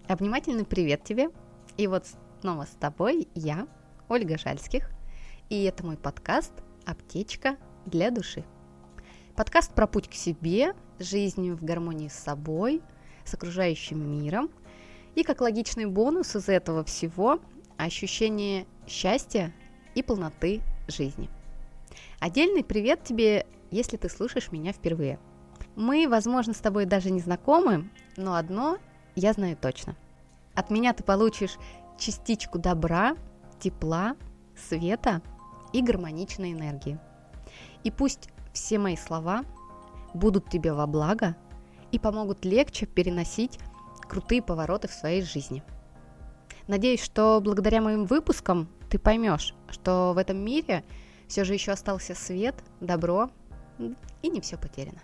Обнимательный привет тебе. И вот снова с тобой я, Ольга Жальских. И это мой подкаст «Аптечка для души». Подкаст про путь к себе, жизнь в гармонии с собой, с окружающим миром. И как логичный бонус из этого всего ощущение счастья и полноты жизни. Отдельный привет тебе, если ты слушаешь меня впервые. Мы, возможно, с тобой даже не знакомы, но одно я знаю точно. От меня ты получишь частичку добра, тепла, света и гармоничной энергии. И пусть все мои слова будут тебе во благо и помогут легче переносить крутые повороты в своей жизни. Надеюсь, что благодаря моим выпускам ты поймешь, что в этом мире все же еще остался свет, добро и не все потеряно.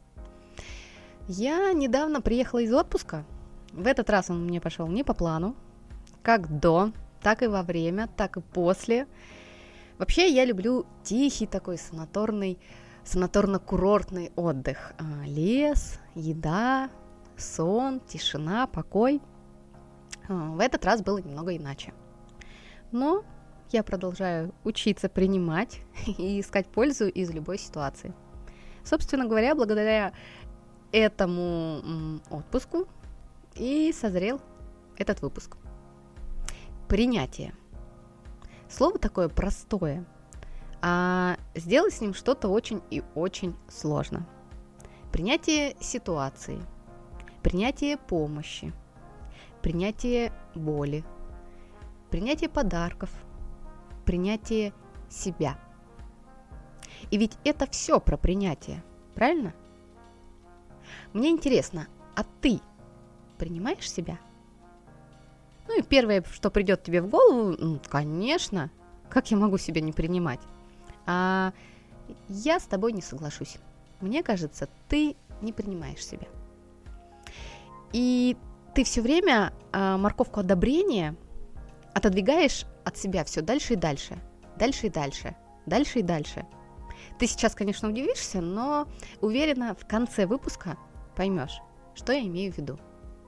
Я недавно приехала из отпуска. В этот раз он мне пошел не по плану, как до, так и во время, так и после. Вообще я люблю тихий такой санаторно-курортный отдых. Лес, еда, сон, тишина, покой. В этот раз было немного иначе. Но я продолжаю учиться принимать и искать пользу из любой ситуации. Собственно говоря, благодаря этому отпуску и созрел этот выпуск. Принятие. Слово такое простое, а сделать с ним что-то очень и очень сложно. Принятие ситуации, принятие помощи, принятие боли, принятие подарков, принятие себя. И ведь это все про принятие, правильно? Мне интересно, а ты принимаешь себя? Ну и первое, что придет тебе в голову, конечно, как я могу себя не принимать? А я с тобой не соглашусь. Мне кажется, ты не принимаешь себя. И ты все время морковку одобрения отодвигаешь от себя все дальше и дальше, дальше и дальше, дальше и дальше. Ты сейчас, конечно, удивишься, но уверена, в конце выпуска поймешь, что я имею в виду.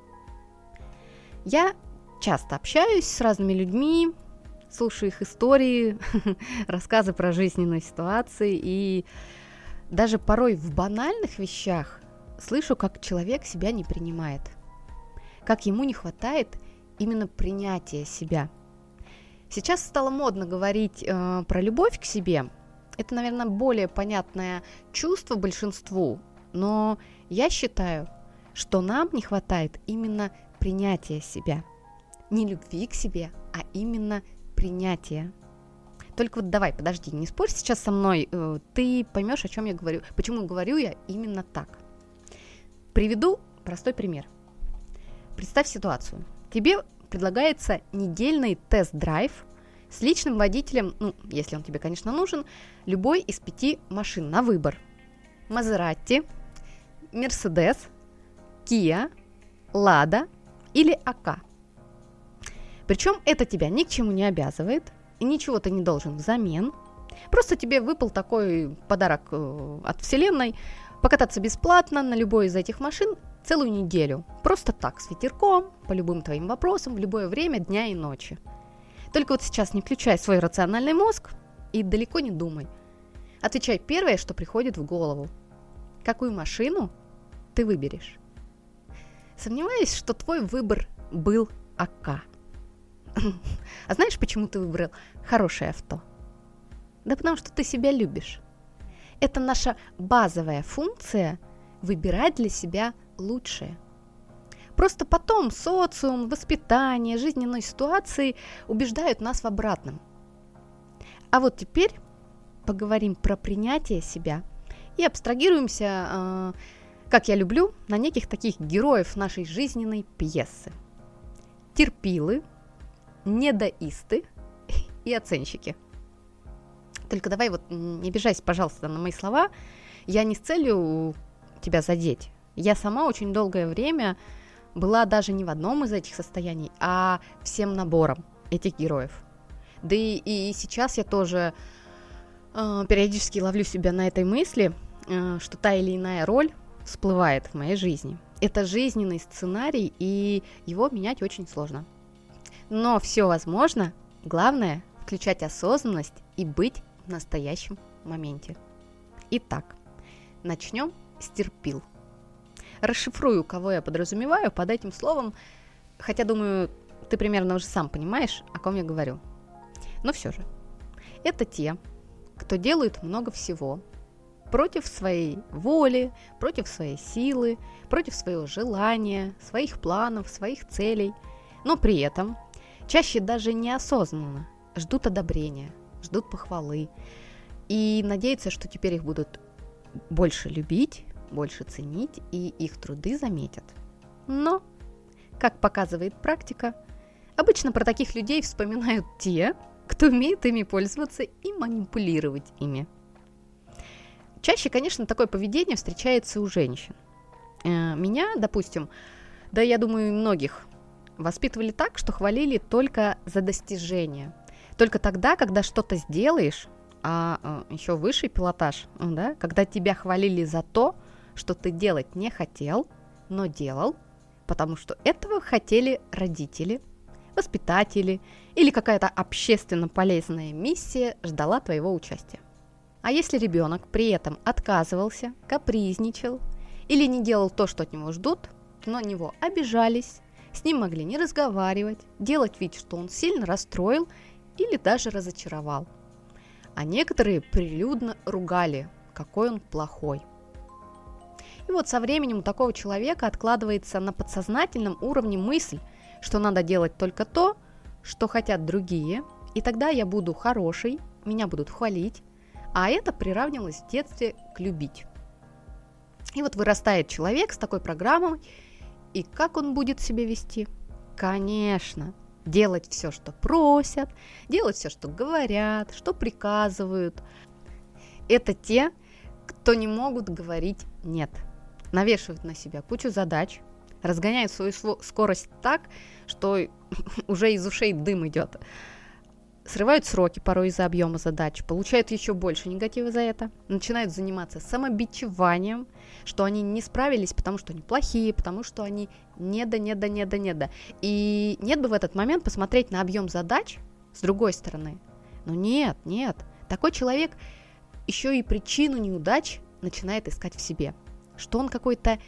Я часто общаюсь с разными людьми, слушаю их истории, рассказы про жизненные ситуации, и даже порой в банальных вещах слышу, как человек себя не принимает, как ему не хватает именно принятия себя. Сейчас стало модно говорить про любовь к себе. Это, наверное, более понятное чувство большинству, но я считаю, что нам не хватает именно принятия себя. Не любви к себе, а именно принятия. Только вот давай, подожди, не спорь сейчас со мной, ты поймешь, о чем я говорю, почему говорю я именно так. Приведу простой пример. Представь ситуацию. Тебе предлагается недельный тест-драйв с личным водителем, если он тебе, конечно, нужен, любой из 5 машин на выбор. Мазератти, Мерседес, Киа, Лада или АК. Причем это тебя ни к чему не обязывает, и ничего ты не должен взамен. Просто тебе выпал такой подарок от Вселенной покататься бесплатно на любой из этих машин целую неделю. Просто так, с ветерком, по любым твоим вопросам, в любое время дня и ночи. Только вот сейчас не включай свой рациональный мозг и далеко не думай. Отвечай первое, что приходит в голову. Какую машину ты выберешь? Сомневаюсь, что твой выбор был АК. А знаешь, почему ты выбрал хорошее авто? Да потому что ты себя любишь. Это наша базовая функция выбирать для себя лучшее. Просто потом социум, воспитание, жизненные ситуации убеждают нас в обратном. А вот теперь поговорим про принятие себя и абстрагируемся, как я люблю, на неких таких героев нашей жизненной пьесы. Терпилы, недоисты и оценщики. Только давай вот не обижайся, пожалуйста, на мои слова. Я не с целью тебя задеть. Я сама очень долгое время была даже не в одном из этих состояний, а всем набором этих героев. Да и сейчас я тоже периодически ловлю себя на этой мысли, что та или иная роль всплывает в моей жизни. Это жизненный сценарий, и его менять очень сложно. Но все возможно, главное – включать осознанность и быть в настоящем моменте. Итак, начнем с терпил. Расшифрую, кого я подразумеваю под этим словом, хотя, думаю, ты примерно уже сам понимаешь, о ком я говорю. Но все же, это те, кто делает много всего против своей воли, против своей силы, против своего желания, своих планов, своих целей, но при этом чаще даже неосознанно ждут одобрения, ждут похвалы и надеются, что теперь их будут больше любить, больше ценить и их труды заметят. Но, как показывает практика, обычно про таких людей вспоминают те, кто умеет ими пользоваться и манипулировать ими. Чаще, конечно, такое поведение встречается у женщин. Меня, допустим, да я думаю, многих воспитывали так, что хвалили только за достижения. Только тогда, когда что-то сделаешь, а еще высший пилотаж, да, когда тебя хвалили за то, что ты делать не хотел, но делал, потому что этого хотели родители, воспитатели или какая-то общественно полезная миссия ждала твоего участия. А если ребенок при этом отказывался, капризничал или не делал то, что от него ждут, на него обижались, с ним могли не разговаривать, делать вид, что он сильно расстроил или даже разочаровал. А некоторые прилюдно ругали, какой он плохой. И вот со временем у такого человека откладывается на подсознательном уровне мысль, что надо делать только то, что хотят другие, и тогда я буду хороший, меня будут хвалить, а это приравнивалось в детстве к любить. И вот вырастает человек с такой программой, и как он будет себя вести? Конечно, делать все, что просят, делать все, что говорят, что приказывают. Это те, кто не могут говорить «нет». Навешивают на себя кучу задач, разгоняют свою скорость так, что уже из ушей дым идет. Срывают сроки порой из-за объема задач, получают еще больше негатива за это, начинают заниматься самобичеванием, что они не справились, потому что они плохие, потому что они недо. И нет бы в этот момент посмотреть на объем задач с другой стороны. Но нет, такой человек еще и причину неудач начинает искать в себе. Что он какой-то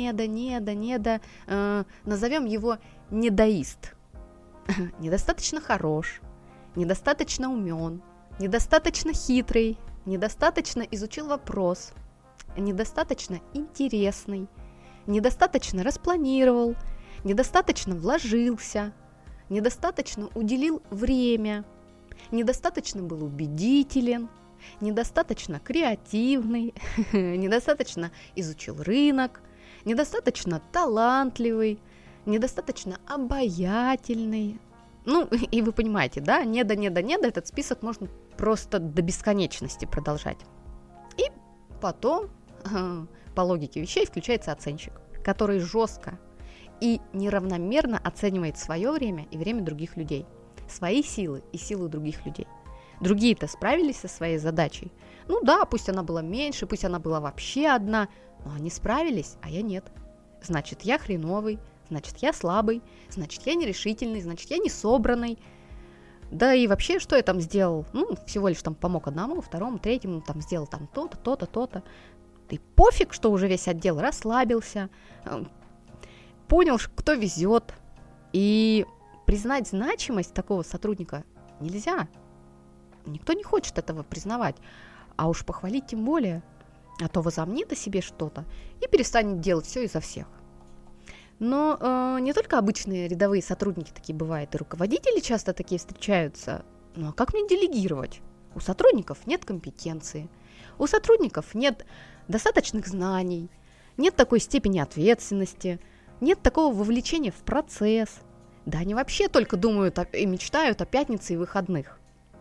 назовем его недоист. Недостаточно хорош, недостаточно умен, недостаточно хитрый, недостаточно изучил вопрос, недостаточно интересный, недостаточно распланировал, недостаточно вложился, недостаточно уделил время, недостаточно был убедителен, недостаточно креативный, недостаточно изучил рынок, недостаточно талантливый, недостаточно обаятельный. Ну, и вы понимаете, да, недо, этот список можно просто до бесконечности продолжать. И потом, по логике вещей, включается оценщик, который жестко и неравномерно оценивает свое время и время других людей, свои силы и силы других людей. Другие-то справились со своей задачей. Ну да, пусть она была меньше, пусть она была вообще одна, но они справились, а я нет. Значит, я хреновый, значит, я слабый, значит, я нерешительный, значит, я не собранный. Да и вообще, что я там сделал? Ну, всего лишь там помог одному, второму, третьему, там сделал там то-то, то-то, то-то. И пофиг, что уже весь отдел расслабился, понял, кто везет. И признать значимость такого сотрудника нельзя. Никто не хочет этого признавать, а уж похвалить тем более, а то возомнит о себе что-то и перестанет делать все изо всех. Но не только обычные рядовые сотрудники такие бывают, и руководители часто такие встречаются. Ну а как мне делегировать? У сотрудников нет компетенции, у сотрудников нет достаточных знаний, нет такой степени ответственности, нет такого вовлечения в процесс. Да они вообще только думают и мечтают о пятнице и выходных.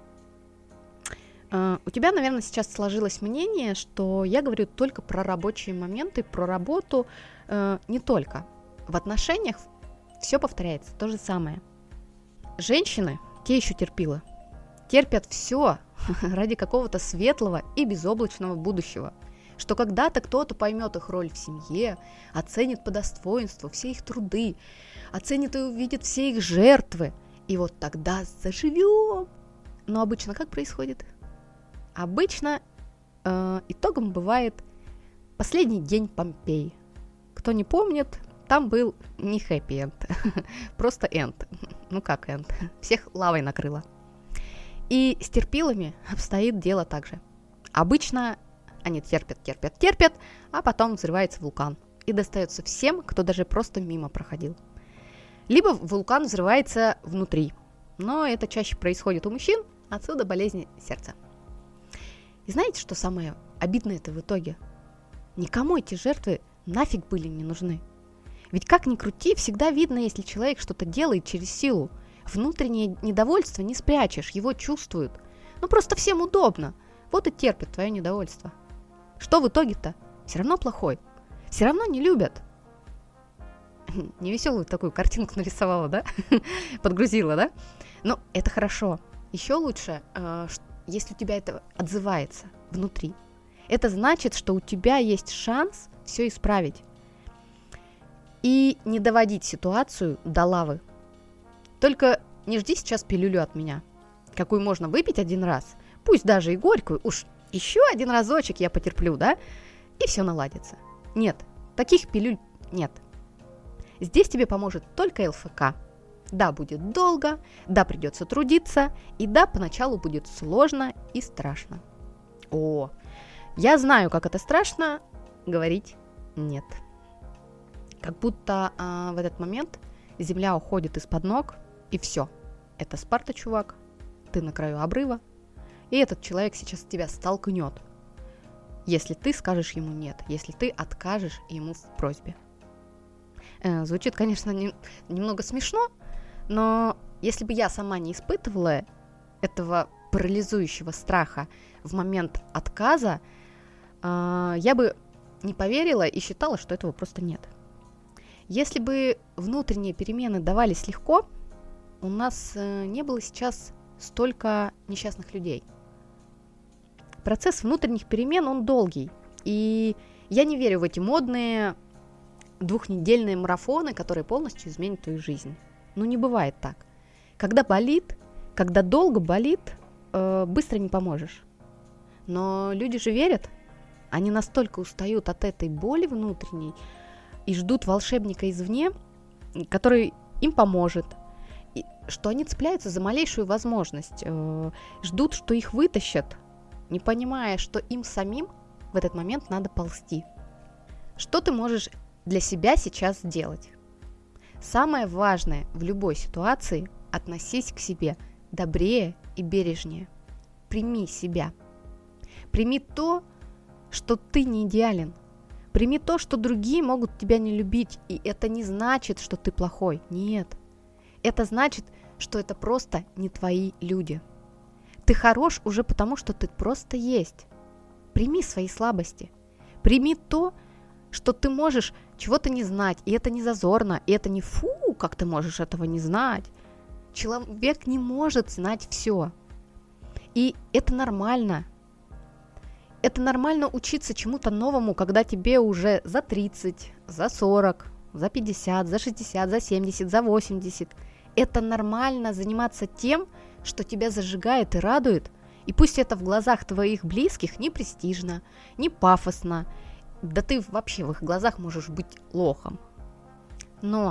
У тебя, наверное, сейчас сложилось мнение, что я говорю только про рабочие моменты, про работу, не только. В отношениях все повторяется, то же самое. Женщины, те еще терпилы, терпят все ради какого-то светлого и безоблачного будущего. что когда-то кто-то поймет их роль в семье, оценит по достоинству все их труды, оценит и увидит все их жертвы, и вот тогда заживем. Но обычно как происходит? Обычно итогом бывает последний день Помпеи. Кто не помнит, там был не хэппи-энд, просто энд. Ну как энд? Всех лавой накрыло. И с терпилами обстоит дело так же. Обычно они терпят, а потом взрывается вулкан. И достается всем, кто даже просто мимо проходил. Либо вулкан взрывается внутри. Но это чаще происходит у мужчин, отсюда болезни сердца. И знаете, что самое обидное-то в итоге? Никому эти жертвы нафиг были не нужны. Ведь как ни крути, всегда видно, если человек что-то делает через силу. Внутреннее недовольство не спрячешь, его чувствуют. Ну просто всем удобно. Вот и терпят твое недовольство. Что в итоге-то? Все равно плохой. Все равно не любят. Невеселую такую картинку нарисовала, да? Подгрузила, да? Но это хорошо. Еще лучше, если у тебя это отзывается внутри. Это значит, что у тебя есть шанс все исправить. И не доводить ситуацию до лавы. Только не жди сейчас пилюлю от меня, какую можно выпить один раз, пусть даже и горькую, уж еще один разочек я потерплю, да, и все наладится. Нет, таких пилюль нет. Здесь тебе поможет только ЛФК. Да, будет долго, да, придется трудиться, и да, поначалу будет сложно и страшно. О, я знаю, как это страшно, говорить нет. Как будто в этот момент земля уходит из-под ног, и все. Это Спарта, чувак, ты на краю обрыва, и этот человек сейчас тебя столкнет, если ты скажешь ему нет, если ты откажешь ему в просьбе. Звучит, конечно, немного смешно, но если бы я сама не испытывала этого парализующего страха в момент отказа, я бы не поверила и считала, что этого просто нет. Если бы внутренние перемены давались легко, у нас не было сейчас столько несчастных людей. Процесс внутренних перемен, он долгий. И я не верю в эти модные двухнедельные марафоны, которые полностью изменят твою жизнь. Ну, не бывает так. Когда болит, когда долго болит, быстро не поможешь. Но люди же верят. Они настолько устают от этой боли внутренней и ждут волшебника извне, который им поможет, и что они цепляются за малейшую возможность, ждут, что их вытащат, не понимая, что им самим в этот момент надо ползти. Что ты можешь для себя сейчас сделать? Самое важное в любой ситуации – относись к себе добрее и бережнее. Прими себя. Прими то, что ты не идеален. Прими то, что другие могут тебя не любить, и это не значит, что ты плохой. Нет. Это значит, что это просто не твои люди. Ты хорош уже потому, что ты просто есть. Прими свои слабости. Прими то, что ты можешь чего-то не знать, и это не зазорно, и это не фу, как ты можешь этого не знать. Человек не может знать все. И это нормально. Это нормально учиться чему-то новому, когда тебе уже за 30, за 40, за 50, за 60, за 70, за 80. Это нормально заниматься тем, что тебя зажигает и радует. И пусть это в глазах твоих близких не престижно, не пафосно, да ты вообще в их глазах можешь быть лохом. Но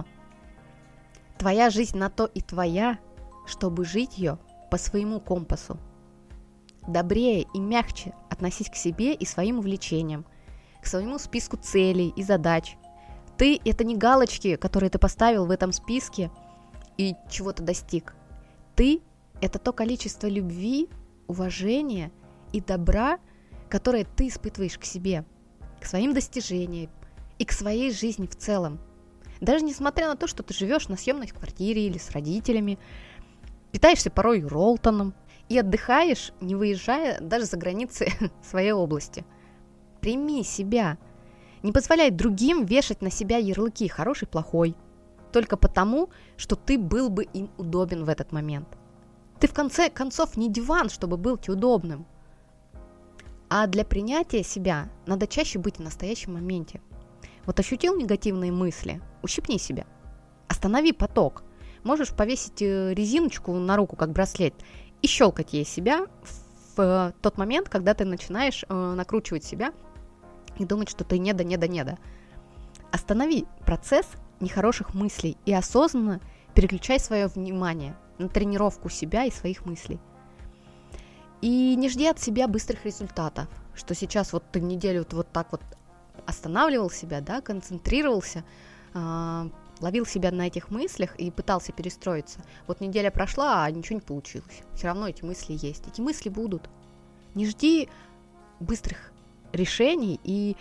твоя жизнь на то и твоя, чтобы жить ее по своему компасу. Добрее и мягче относись к себе и своим увлечениям, к своему списку целей и задач. Ты – это не галочки, которые ты поставил в этом списке и чего-то достиг. Ты – это то количество любви, уважения и добра, которое ты испытываешь к себе, к своим достижениям и к своей жизни в целом. Даже несмотря на то, что ты живешь на съемной квартире или с родителями, питаешься порой роллтоном и отдыхаешь, не выезжая даже за границы своей области. Прими себя. Не позволяй другим вешать на себя ярлыки «хороший», «плохой», только потому, что ты был бы им удобен в этот момент. Ты в конце концов не диван, чтобы быть удобным. А для принятия себя надо чаще быть в настоящем моменте. Вот ощутил негативные мысли, ущипни себя, останови поток. Можешь повесить резиночку на руку, как браслет, и щелкать ей себя в тот момент, когда ты начинаешь накручивать себя и думать, что ты неда. Останови процесс нехороших мыслей и осознанно переключай свое внимание на тренировку себя и своих мыслей. И не жди от себя быстрых результатов, что сейчас вот ты неделю вот так вот останавливал себя, да, концентрировался, ловил себя на этих мыслях и пытался перестроиться. Вот неделя прошла, а ничего не получилось. Все равно эти мысли есть. Эти мысли будут. Не жди быстрых решений и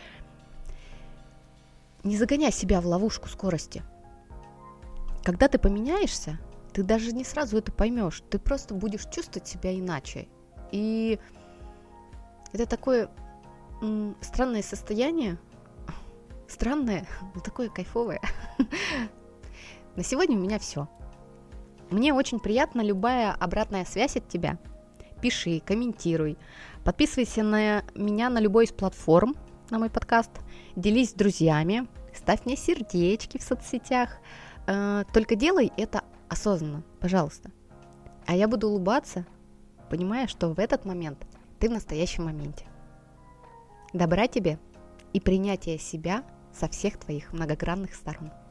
не загоняй себя в ловушку скорости. Когда ты поменяешься, ты даже не сразу это поймешь. Ты просто будешь чувствовать себя иначе. И это такое странное состояние. Странное, но такое кайфовое. На сегодня у меня все. Мне очень приятна любая обратная связь от тебя. Пиши, комментируй. Подписывайся на меня на любой из платформ, на мой подкаст. Делись с друзьями. Ставь мне сердечки в соцсетях. Только делай это осознанно, пожалуйста. А я буду улыбаться, понимая, что в этот момент ты в настоящем моменте. Добра тебе и принятия себя со всех твоих многогранных сторон.